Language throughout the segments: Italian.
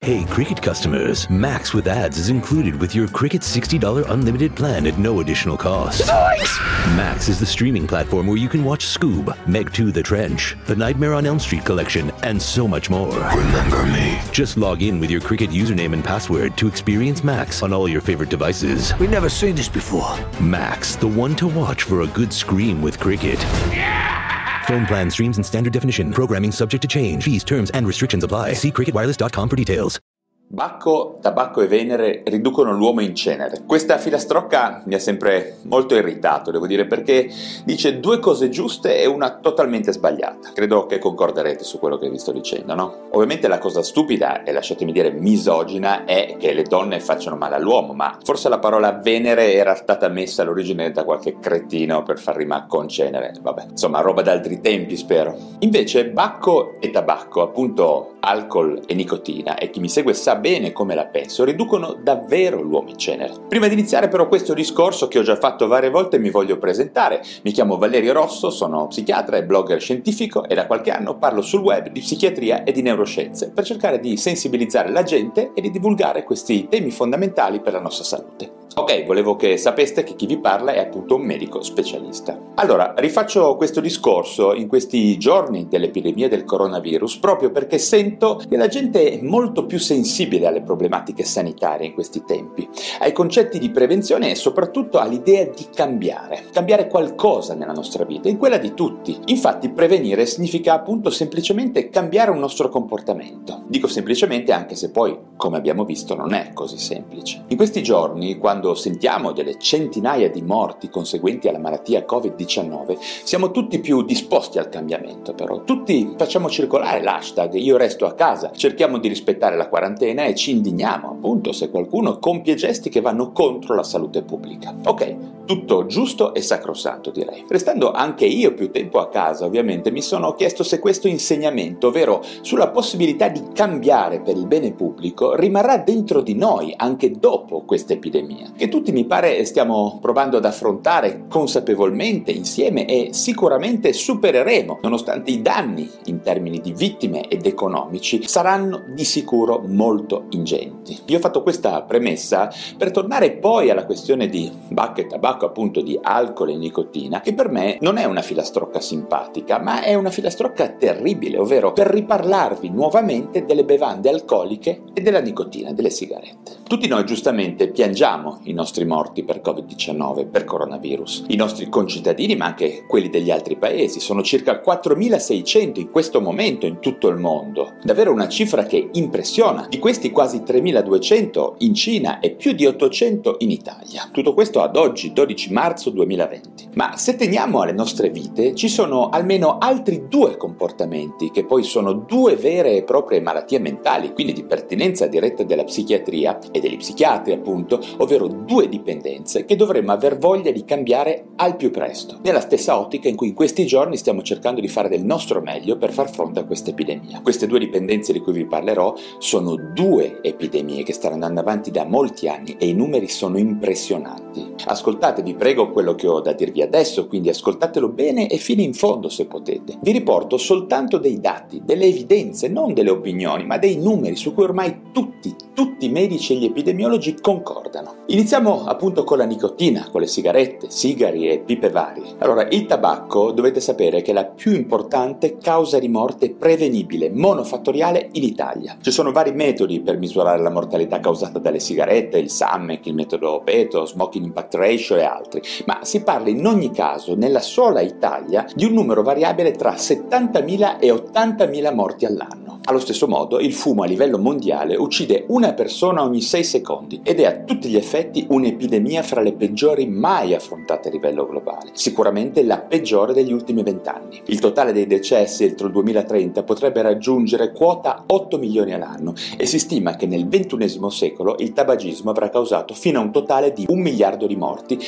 Hey, Cricket customers, Max with ads is included with your Cricket $60 unlimited plan at no additional cost. Nice! Max is the streaming platform where you can watch Scoob, Meg 2 The Trench, The Nightmare on Elm Street collection, and so much more. Remember me. Just log in with your Cricket username and password to experience Max on all your favorite devices. We've never seen this before. Max, the one to watch for a good scream with Cricket. Yeah! Phone plan streams in standard definition. Programming subject to change. Fees, terms, and restrictions apply. See cricketwireless.com for details. Bacco, tabacco e Venere riducono l'uomo in cenere. Questa filastrocca mi ha sempre molto irritato, devo dire, perché dice due cose giuste e una totalmente sbagliata. Credo che concorderete su quello che vi sto dicendo, no? Ovviamente la cosa stupida e, lasciatemi dire, misogina è che le donne facciano male all'uomo, ma forse la parola Venere era stata messa all'origine da qualche cretino per far rima con cenere. Vabbè, insomma, roba d'altri tempi, spero. Invece bacco e tabacco, appunto alcol e nicotina, e chi mi segue sa bene come la penso, riducono davvero l'uomo in cenere. Prima di iniziare però questo discorso che ho già fatto varie volte mi voglio presentare. Mi chiamo Valerio Rosso, sono psichiatra e blogger scientifico e da qualche anno parlo sul web di psichiatria e di neuroscienze per cercare di sensibilizzare la gente e di divulgare questi temi fondamentali per la nostra salute. Ok, volevo che sapeste che chi vi parla è appunto un medico specialista. Allora, rifaccio questo discorso in questi giorni dell'epidemia del coronavirus proprio perché sento che la gente è molto più sensibile alle problematiche sanitarie in questi tempi, ai concetti di prevenzione e soprattutto all'idea di cambiare qualcosa nella nostra vita, in quella di tutti. Infatti prevenire significa appunto semplicemente cambiare un nostro comportamento. Dico semplicemente anche se poi, come abbiamo visto, non è così semplice. In questi giorni, quando sentiamo delle centinaia di morti conseguenti alla malattia Covid-19, siamo tutti più disposti al cambiamento, però. Tutti facciamo circolare l'hashtag io resto a casa, cerchiamo di rispettare la quarantena e ci indigniamo, appunto, se qualcuno compie gesti che vanno contro la salute pubblica. Ok, tutto giusto e sacrosanto, direi. Restando anche io più tempo a casa, ovviamente, mi sono chiesto se questo insegnamento, ovvero sulla possibilità di cambiare per il bene pubblico, rimarrà dentro di noi anche dopo questa epidemia, che tutti mi pare stiamo provando ad affrontare consapevolmente insieme e sicuramente supereremo, nonostante i danni in termini di vittime ed economici saranno di sicuro molto ingenti. Io ho fatto questa premessa per tornare poi alla questione di bacco e tabacco, appunto di alcol e nicotina, che per me non è una filastrocca simpatica, ma è una filastrocca terribile, ovvero per riparlarvi nuovamente delle bevande alcoliche e della nicotina, delle sigarette. Tutti noi giustamente piangiamo i nostri morti per Covid-19, per coronavirus. I nostri concittadini, ma anche quelli degli altri paesi, sono circa 4.600 in questo momento in tutto il mondo. Davvero una cifra che impressiona. Di questi quasi 3.200 in Cina e più di 800 in Italia. Tutto questo ad oggi, 12 marzo 2020. Ma se teniamo alle nostre vite, ci sono almeno altri due comportamenti che poi sono due vere e proprie malattie mentali, quindi di pertinenza diretta della psichiatria e degli psichiatri, appunto, ovvero due dipendenze che dovremmo aver voglia di cambiare al più presto, nella stessa ottica in cui in questi giorni stiamo cercando di fare del nostro meglio per far fronte a questa epidemia. Queste due dipendenze di cui vi parlerò sono due epidemie che stanno andando avanti da molti anni e i numeri sono impressionanti. Ascoltate, vi prego, quello che ho da dirvi adesso, quindi ascoltatelo bene e fino in fondo se potete. Vi riporto soltanto dei dati, delle evidenze, non delle opinioni, ma dei numeri su cui ormai tutti i medici e gli epidemiologi concordano. Iniziamo appunto con la nicotina, con le sigarette, sigari e pipe varie. Allora, il tabacco dovete sapere che è la più importante causa di morte prevenibile monofattoriale in Italia. Ci sono vari metodi per misurare la mortalità causata dalle sigarette, il SAMEC, il metodo PETO, Smoking Impact Ratio e altri, ma si parla in ogni caso, nella sola Italia, di un numero variabile tra 70.000 e 80.000 morti all'anno. Allo stesso modo, il fumo a livello mondiale uccide una persona ogni 6 secondi ed è a tutti gli effetti un'epidemia fra le peggiori mai affrontate a livello globale, sicuramente la peggiore degli ultimi 20 anni. Il totale dei decessi entro il 2030 potrebbe raggiungere quota 8 milioni all'anno e si stima che nel XXI secolo il tabagismo avrà causato fino a un totale di 1 miliardo di morti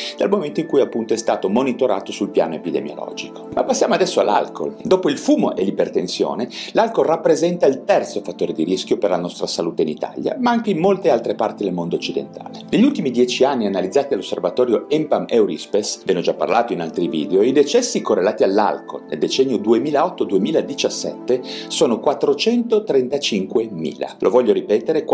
dal momento in cui appunto è stato monitorato sul piano epidemiologico. Ma passiamo adesso all'alcol. Dopo il fumo e l'ipertensione, l'alcol rappresenta il terzo fattore di rischio per la nostra salute in Italia, ma anche in molte altre parti del mondo occidentale. Negli ultimi 10 anni analizzati all'osservatorio EMPAM-Eurispes, ve ne ho già parlato in altri video, i decessi correlati all'alcol nel decennio 2008-2017 sono 435.000. Lo voglio ripetere,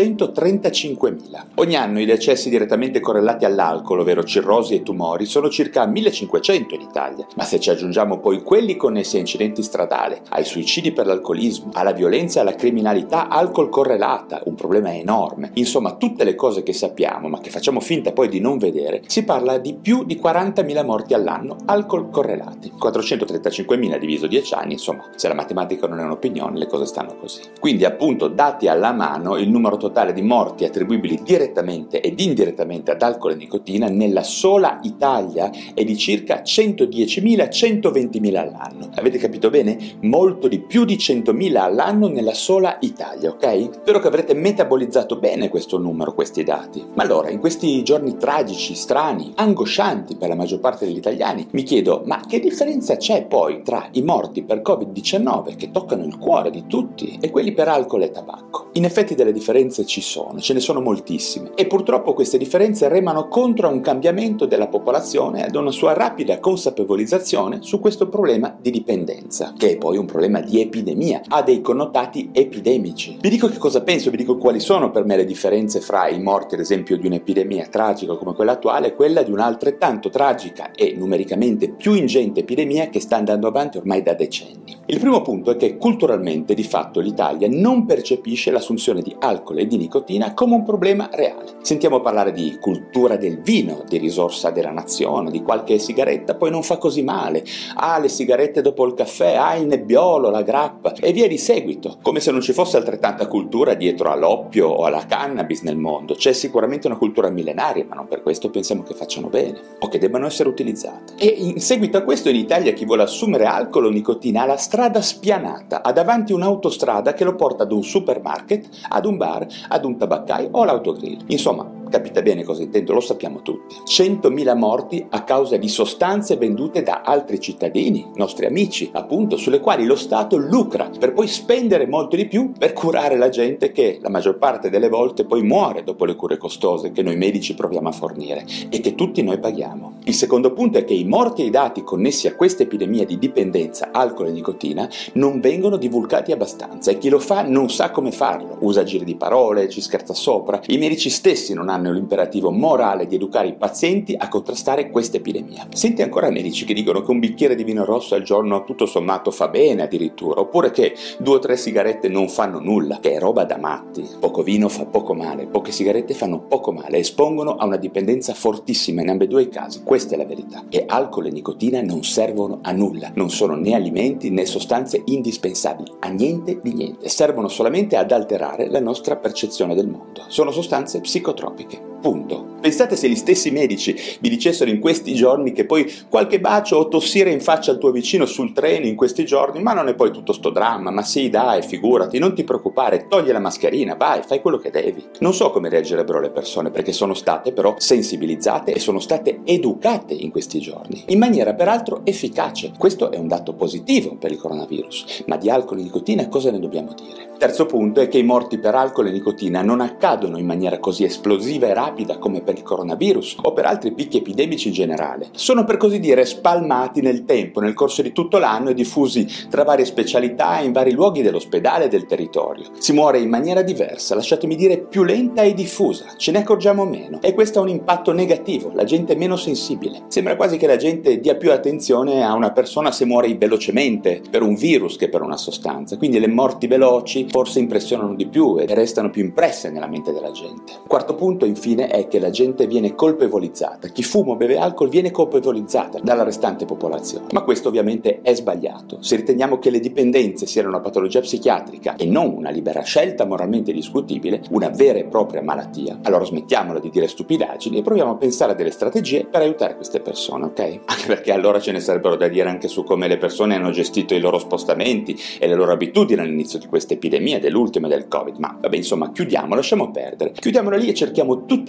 435.000. Ogni anno i decessi direttamente correlati all'alcol, ovvero cirrosi e tumori, sono circa 1.500 in Italia. Ma se ci aggiungiamo poi quelli connessi a incidenti stradali, ai suicidi per l'alcolismo, alla violenza e alla criminalità alcol correlata, un problema enorme, insomma tutte le cose che sappiamo ma che facciamo finta poi di non vedere, si parla di più di 40.000 morti all'anno alcol correlati. 435.000 diviso 10 anni, insomma, se la matematica non è un'opinione, le cose stanno così. Quindi appunto, dati alla mano, il numero totale di morti attribuibili direttamente ed indirettamente ad alcol e nicotina nella sola Italia è di circa 110.000-120.000 all'anno. Avete capito bene? Molto di più di 100.000 all'anno nella sola Italia, ok? Spero che avrete metabolizzato bene questo numero, questi dati. Ma allora, in questi giorni tragici, strani, angoscianti per la maggior parte degli italiani, mi chiedo, ma che differenza c'è poi tra i morti per Covid-19, che toccano il cuore di tutti, e quelli per alcol e tabacco? In effetti delle differenze ci sono, ce ne sono moltissime, e purtroppo queste differenze remano contro a un cambiamento della popolazione e ad una sua rapida consapevolizzazione su questo problema di dipendenza, che è poi un problema di epidemia, ha dei connotati epidemici. Vi dico che cosa penso, vi dico quali sono per me le differenze fra i morti, ad esempio, di un'epidemia tragica come quella attuale e quella di un'altrettanto tragica e numericamente più ingente epidemia che sta andando avanti ormai da decenni. Il primo punto è che culturalmente, di fatto, l'Italia non percepisce l'assunzione di alcol e di nicotina come un problema reale. Sentiamo parlare di cultura del vino, di risorsa della nazione, di qualche sigaretta, poi non fa così male, le sigarette dopo il caffè, il nebbiolo, la grappa e via di seguito, come se non ci fosse altrettanta cultura dietro all'oppio o alla cannabis nel mondo. C'è sicuramente una cultura millenaria, ma non per questo pensiamo che facciano bene o che debbano essere utilizzate. E in seguito a questo in Italia chi vuole assumere alcol o nicotina ha la strada spianata, ha davanti un'autostrada che lo porta ad un supermarket, ad un bar, ad un tabaccaio o all'autogrill. Insomma, capite bene cosa intendo, lo sappiamo tutti. 100.000 morti a causa di sostanze vendute da altri cittadini, nostri amici, appunto, sulle quali lo Stato lucra per poi spendere molto di più per curare la gente che la maggior parte delle volte poi muore dopo le cure costose che noi medici proviamo a fornire e che tutti noi paghiamo. Il secondo punto è che i morti e i dati connessi a questa epidemia di dipendenza alcol e nicotina non vengono divulgati abbastanza e chi lo fa non sa come farlo, usa giri di parole, ci scherza sopra. I medici stessi non hanno l'imperativo morale di educare i pazienti a contrastare questa epidemia. Senti ancora medici che dicono che un bicchiere di vino rosso al giorno tutto sommato fa bene addirittura, oppure che 2 o 3 sigarette non fanno nulla, che è roba da matti. Poco vino fa poco male, poche sigarette fanno poco male, espongono a una dipendenza fortissima in ambedue i casi, questa è la verità. E alcol e nicotina non servono a nulla, non sono né alimenti né sostanze indispensabili, a niente di niente, servono solamente ad alterare la nostra percezione del mondo. Sono sostanze psicotropiche. Punto. Pensate se gli stessi medici vi dicessero in questi giorni che poi qualche bacio o tossire in faccia al tuo vicino sul treno in questi giorni, ma non è poi tutto sto dramma, ma sì dai, figurati, non ti preoccupare, togli la mascherina, vai, fai quello che devi. Non so come reagirebbero le persone perché sono state però sensibilizzate e sono state educate in questi giorni, in maniera peraltro efficace. Questo è un dato positivo per il coronavirus, ma di alcol e nicotina cosa ne dobbiamo dire? Terzo punto è che i morti per alcol e nicotina non accadono in maniera così esplosiva e rapida come per il coronavirus o per altri picchi epidemici in generale. Sono per così dire spalmati nel tempo, nel corso di tutto l'anno e diffusi tra varie specialità in vari luoghi dell'ospedale e del territorio. Si muore in maniera diversa, lasciatemi dire più lenta e diffusa, ce ne accorgiamo meno e questo ha un impatto negativo, la gente è meno sensibile. Sembra quasi che la gente dia più attenzione a una persona se muore velocemente per un virus che per una sostanza, quindi le morti veloci forse impressionano di più e restano più impresse nella mente della gente. Quarto punto infine è che la gente viene colpevolizzata, chi fuma o beve alcol viene colpevolizzata dalla restante popolazione, ma questo ovviamente è sbagliato. Se riteniamo che le dipendenze siano una patologia psichiatrica e non una libera scelta moralmente discutibile, una vera e propria malattia, allora smettiamola di dire stupidaggini e proviamo a pensare a delle strategie per aiutare queste persone, ok? Anche perché allora ce ne sarebbero da dire anche su come le persone hanno gestito i loro spostamenti e le loro abitudini all'inizio di questa epidemia, dell'ultima del Covid, ma vabbè insomma chiudiamo, lasciamo perdere, chiudiamola lì e cerchiamo tutti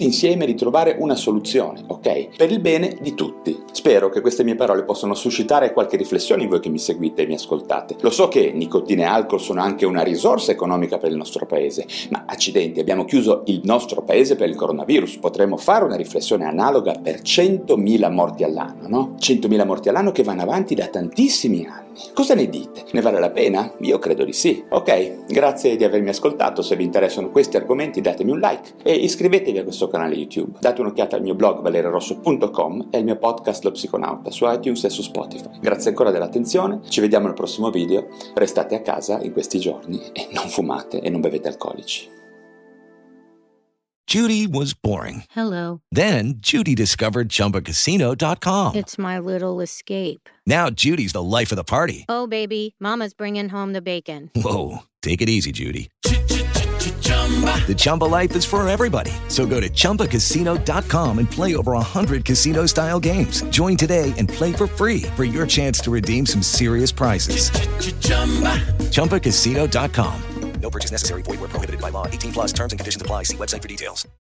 tutti insieme di trovare una soluzione, ok? Per il bene di tutti. Spero che queste mie parole possano suscitare qualche riflessione in voi che mi seguite e mi ascoltate. Lo so che nicotina e alcol sono anche una risorsa economica per il nostro paese, ma accidenti, abbiamo chiuso il nostro paese per il coronavirus. Potremmo fare una riflessione analoga per 100.000 morti all'anno, no? 100.000 morti all'anno che vanno avanti da tantissimi anni. Cosa ne dite? Ne vale la pena? Io credo di sì. Ok, grazie di avermi ascoltato. Se vi interessano questi argomenti datemi un like e iscrivetevi a questo canale YouTube. Date un'occhiata al mio blog valeriorosso.com e al mio podcast Lo Psiconauta su iTunes e su Spotify. Grazie ancora dell'attenzione, ci vediamo al prossimo video. Restate a casa in questi giorni e non fumate e non bevete alcolici. Judy was boring. Hello. Then Judy discovered ChumbaCasino.com. It's my little escape. Now Judy's the life of the party. Oh, baby, mama's bringing home the bacon. Whoa, take it easy, Judy. The Chumba life is for everybody. So go to ChumbaCasino.com and play over 100 casino-style games. Join today and play for free for your chance to redeem some serious prizes. ChumbaCasino.com. No purchase necessary. Void where prohibited by law. 18+ terms and conditions apply. See website for details.